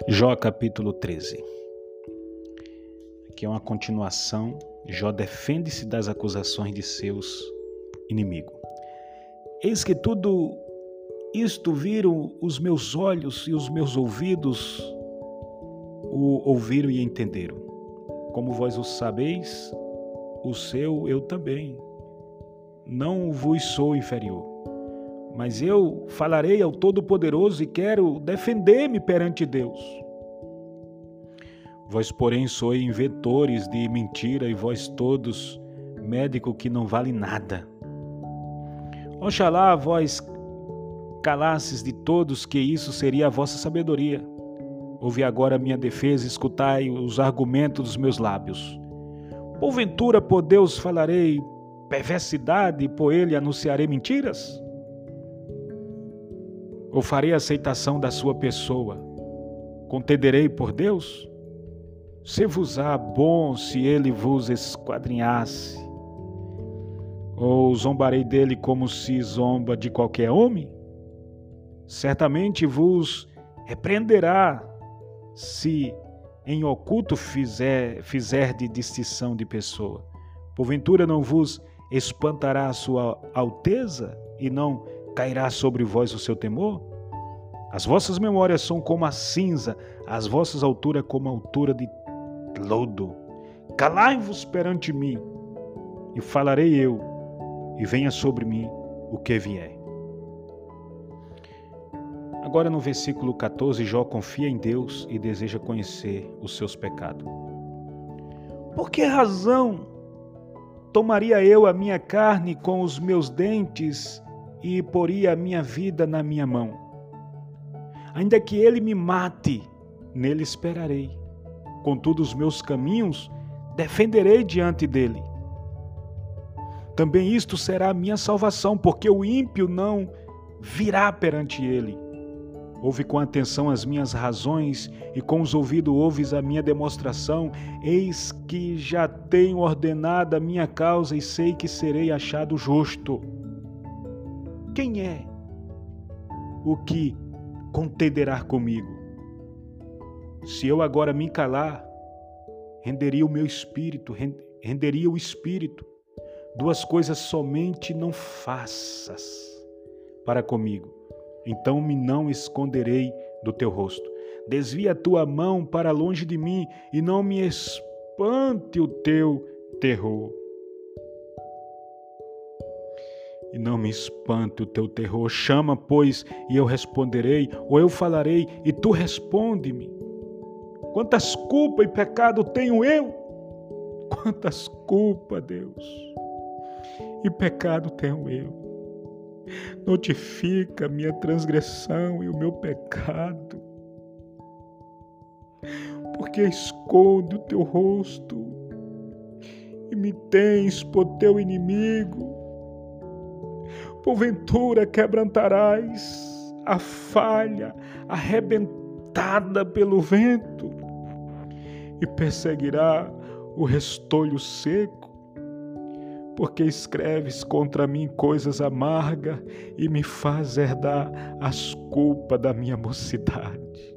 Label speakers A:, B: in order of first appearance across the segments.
A: Jó capítulo 13. Aqui é uma continuação. Jó defende-se das acusações de seus inimigos. Eis que tudo isto viram os meus olhos e os meus ouvidos o ouviram e entenderam. Como vós o sabeis, o seu eu também. Não vos sou inferior. Mas eu falarei ao Todo-Poderoso e quero defender-me perante Deus. Vós, porém, sois inventores de mentira e vós todos, médico que não vale nada. Oxalá vós calasses de todos, que isso seria a vossa sabedoria. Ouvi agora a minha defesa, escutai os argumentos dos meus lábios. Porventura, por Deus, falarei perversidade e por ele anunciarei mentiras? Ou farei aceitação da sua pessoa? Contenderei por Deus? Se-vos-á bom se ele vos esquadrinhasse? Ou zombarei dele como se zomba de qualquer homem? Certamente vos repreenderá se em oculto fizer de distinção de pessoa. Porventura não vos espantará a sua alteza e não cairá sobre vós o seu temor? As vossas memórias são como a cinza, as vossas alturas como a altura de lodo. Calai-vos perante mim, e falarei eu, e venha sobre mim o que vier. Agora no versículo 14, Jó confia em Deus e deseja conhecer os seus pecados. Por que razão tomaria eu a minha carne com os meus dentes e poria a minha vida na minha mão? Ainda que ele me mate, nele esperarei. Contudo, os meus caminhos defenderei diante dele. Também isto será a minha salvação, porque o ímpio não virá perante ele. Ouve com atenção as minhas razões e com os ouvidos ouves a minha demonstração. Eis que já tenho ordenado a minha causa e sei que serei achado justo. Quem é o que contenderá comigo? Se eu agora me calar, renderia o meu espírito, renderia o espírito. Duas coisas somente não faças para comigo, então me não esconderei do teu rosto. Desvia a tua mão para longe de mim e não me espante o teu terror. E não me espante o teu terror. Chama, pois, e eu responderei, ou eu falarei, e tu responde-me. Quantas culpas e pecado tenho eu? Quantas culpas, Deus, e pecado tenho eu? Notifica a minha transgressão e o meu pecado. Porque esconde o teu rosto e me tens por teu inimigo. Porventura quebrantarás a falha arrebentada pelo vento e perseguirá o restolho seco, porque escreves contra mim coisas amargas e me faz herdar as culpas da minha mocidade.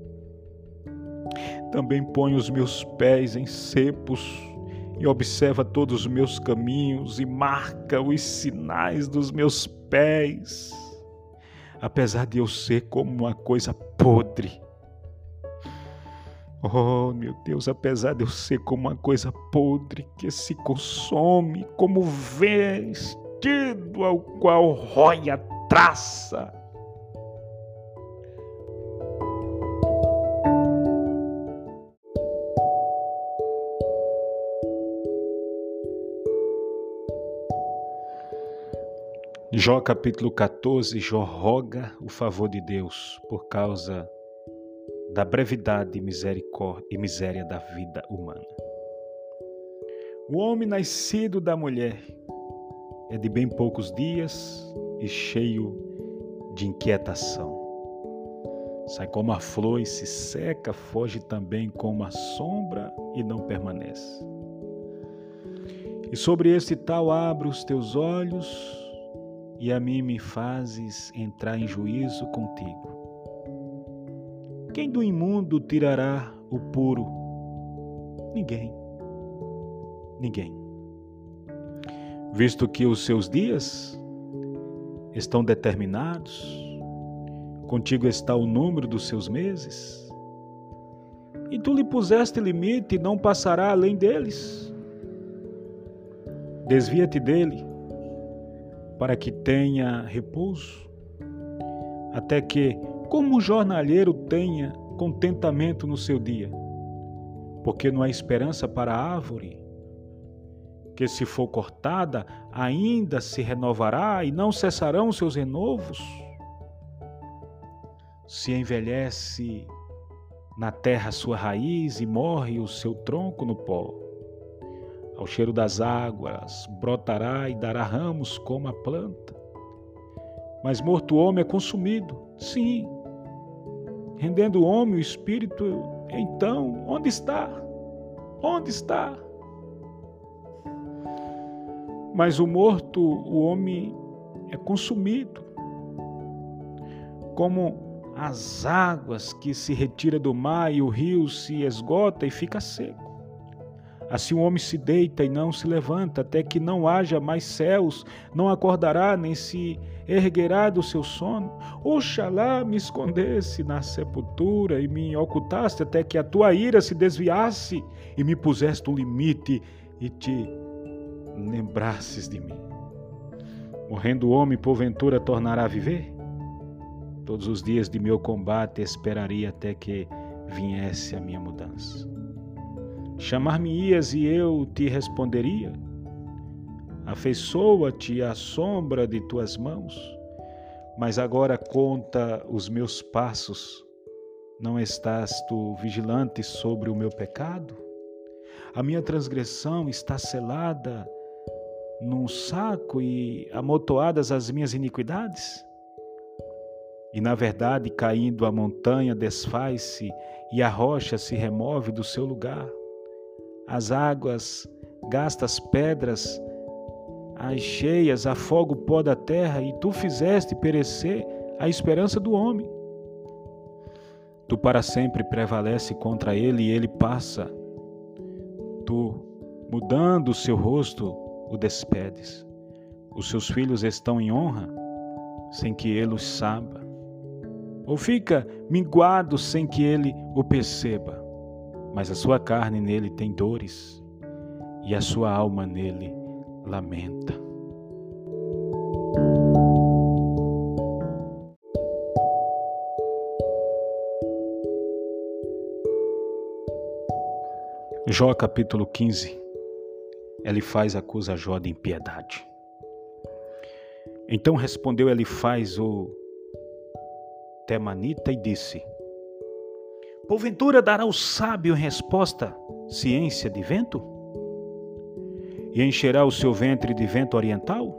A: Também põe os meus pés em cepos e observa todos os meus caminhos e marca os sinais dos meus pés, apesar de eu ser como uma coisa podre. Oh, meu Deus, apesar de eu ser como uma coisa podre que se consome, como vestido ao qual rói a traça. Jó capítulo 14, Jó roga o favor de Deus por causa da brevidade e miséria da vida humana. O homem nascido da mulher é de bem poucos dias e cheio de inquietação. Sai como a flor e se seca, foge também como a sombra e não permanece. E sobre este tal abro os teus olhos e a mim me fazes entrar em juízo contigo. Quem do imundo tirará o puro? Ninguém. Ninguém. Visto que os seus dias estão determinados, contigo está o número dos seus meses, e tu lhe puseste limite e não passará além deles. Desvia-te dele, para que tenha repouso, até que, como o jornalheiro, tenha contentamento no seu dia, porque não há esperança para a árvore, que se for cortada, ainda se renovará e não cessarão seus renovos. Se envelhece na terra a sua raiz e morre o seu tronco no pó. Ao cheiro das águas brotará e dará ramos como a planta. Mas morto o homem é consumido, sim, rendendo o homem o espírito. Então, onde está? Onde está? Mas o morto, o homem é consumido, como as águas que se retira do mar e o rio se esgota e fica seco. Assim o homem se deita e não se levanta, até que não haja mais céus, não acordará nem se erguerá do seu sono. Oxalá me escondesse na sepultura e me ocultaste, até que a tua ira se desviasse e me puseste um limite e te lembrasses de mim. Morrendo o homem, porventura tornará a viver? Todos os dias de meu combate esperaria até que viesse a minha mudança. Chamar-me-ias e eu te responderia? Afeiçoa-te à sombra de tuas mãos, mas agora conta os meus passos. Não estás tu vigilante sobre o meu pecado? A minha transgressão está selada num saco e amontoadas as minhas iniquidades? E na verdade, caindo a montanha desfaz-se e a rocha se remove do seu lugar. As águas gasta as pedras, as cheias afoga o pó da terra, e tu fizeste perecer a esperança do homem. Tu para sempre prevalece contra ele e ele passa. Tu, mudando o seu rosto, o despedes. Os seus filhos estão em honra, sem que ele os saiba. Ou fica minguado sem que ele o perceba. Mas a sua carne nele tem dores, e a sua alma nele lamenta. Jó capítulo 15. Elifaz acusa Jó de impiedade. Então respondeu Elifaz o Temanita e disse: porventura dará o sábio em resposta ciência de vento? E encherá o seu ventre de vento oriental?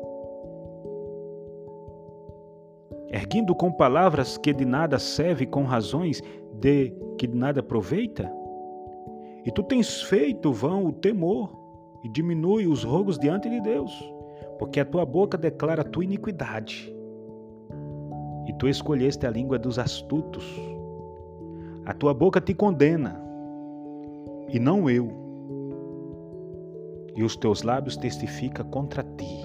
A: Erguindo com palavras que de nada serve, com razões de que de nada aproveita? E tu tens feito vão o temor, e diminui os rogos diante de Deus, porque a tua boca declara a tua iniquidade. E tu escolheste a língua dos astutos. A tua boca te condena, e não eu. E os teus lábios testificam contra ti.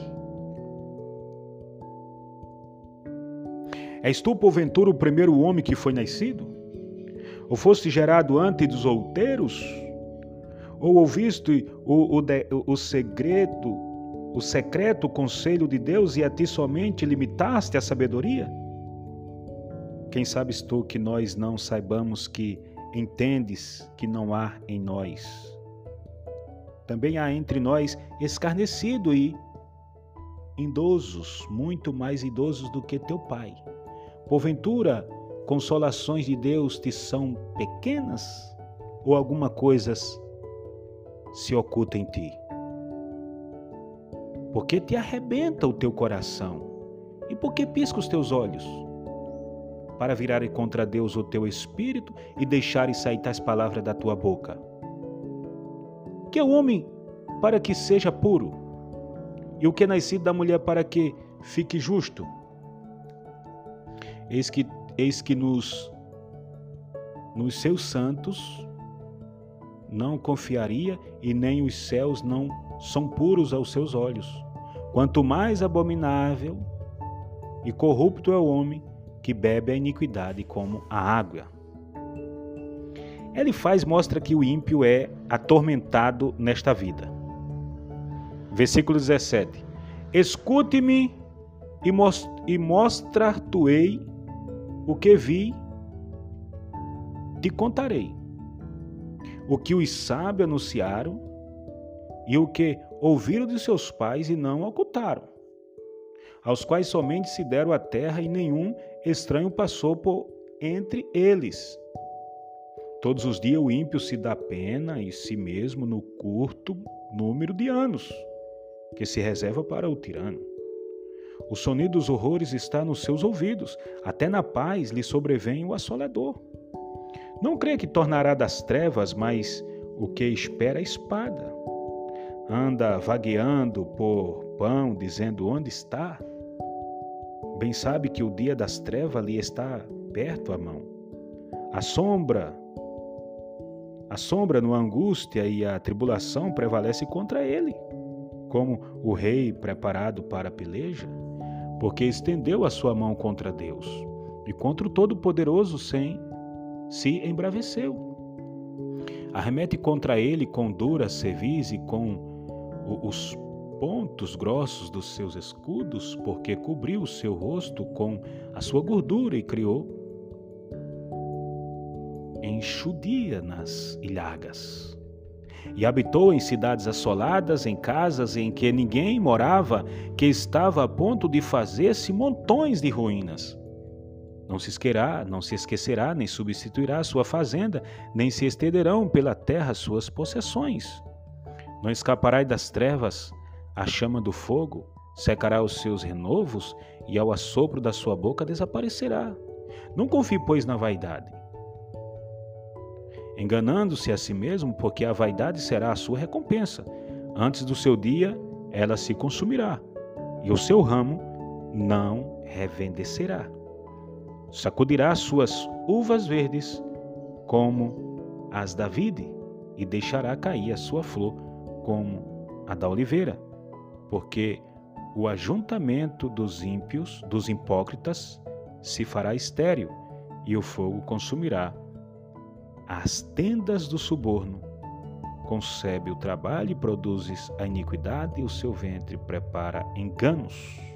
A: És tu, porventura, o primeiro homem que foi nascido? Ou foste gerado antes dos outeiros? Ou ouviste o secreto conselho de Deus e a ti somente limitaste a sabedoria? Quem sabes tu que nós não saibamos que entendes que não há em nós? Também há entre nós escarnecido e idosos, muito mais idosos do que teu pai. Porventura, consolações de Deus te são pequenas? Ou alguma coisa se oculta em ti? Por que te arrebenta o teu coração? E por que pisca os teus olhos? Para virarem contra Deus o teu espírito e deixarem sair tais palavras da tua boca. Que é o homem para que seja puro, e o que é nascido da mulher para que fique justo? Eis que nos nos seus santos não confiaria, e nem os céus não são puros aos seus olhos. Quanto mais abominável e corrupto é o homem que bebe a iniquidade como a água. Elifaz mostra que o ímpio é atormentado nesta vida. Versículo 17. Escute-me e mostrar-te-ei o que vi, te contarei. O que os sábios anunciaram e o que ouviram de seus pais e não ocultaram, aos quais somente se deram a terra e nenhum estranho passou por entre eles. Todos os dias o ímpio se dá pena em si mesmo no curto número de anos que se reserva para o tirano. O sonido dos horrores está nos seus ouvidos, até na paz lhe sobrevém o assolador. Não crê que tornará das trevas, mas o que espera a espada. Anda vagueando por pão, dizendo onde está. Bem sabe que o dia das trevas lhe está perto à mão. A sombra na angústia e a tribulação prevalece contra ele, como o rei preparado para a peleja, porque estendeu a sua mão contra Deus e contra o Todo-Poderoso se embraveceu. Arremete contra ele com dura cerviz e com os pontos grossos dos seus escudos, porque cobriu o seu rosto com a sua gordura e criou enxudia nas ilhagas. E habitou em cidades assoladas, em casas em que ninguém morava, que estava a ponto de fazer-se montões de ruínas. Não se esquecerá, nem substituirá sua fazenda, nem se estenderão pela terra suas possessões. Não escapará das trevas a chama do fogo, secará os seus renovos, e ao assopro da sua boca desaparecerá. Não confie, pois, na vaidade, enganando-se a si mesmo, porque a vaidade será a sua recompensa. Antes do seu dia, ela se consumirá, e o seu ramo não reverdecerá. Sacudirá suas uvas verdes como as da vide, e deixará cair a sua flor como a da oliveira, porque o ajuntamento dos ímpios, dos hipócritas, se fará estéril, e o fogo consumirá as tendas do suborno. Concebe o trabalho e produzes a iniquidade, e o seu ventre prepara enganos.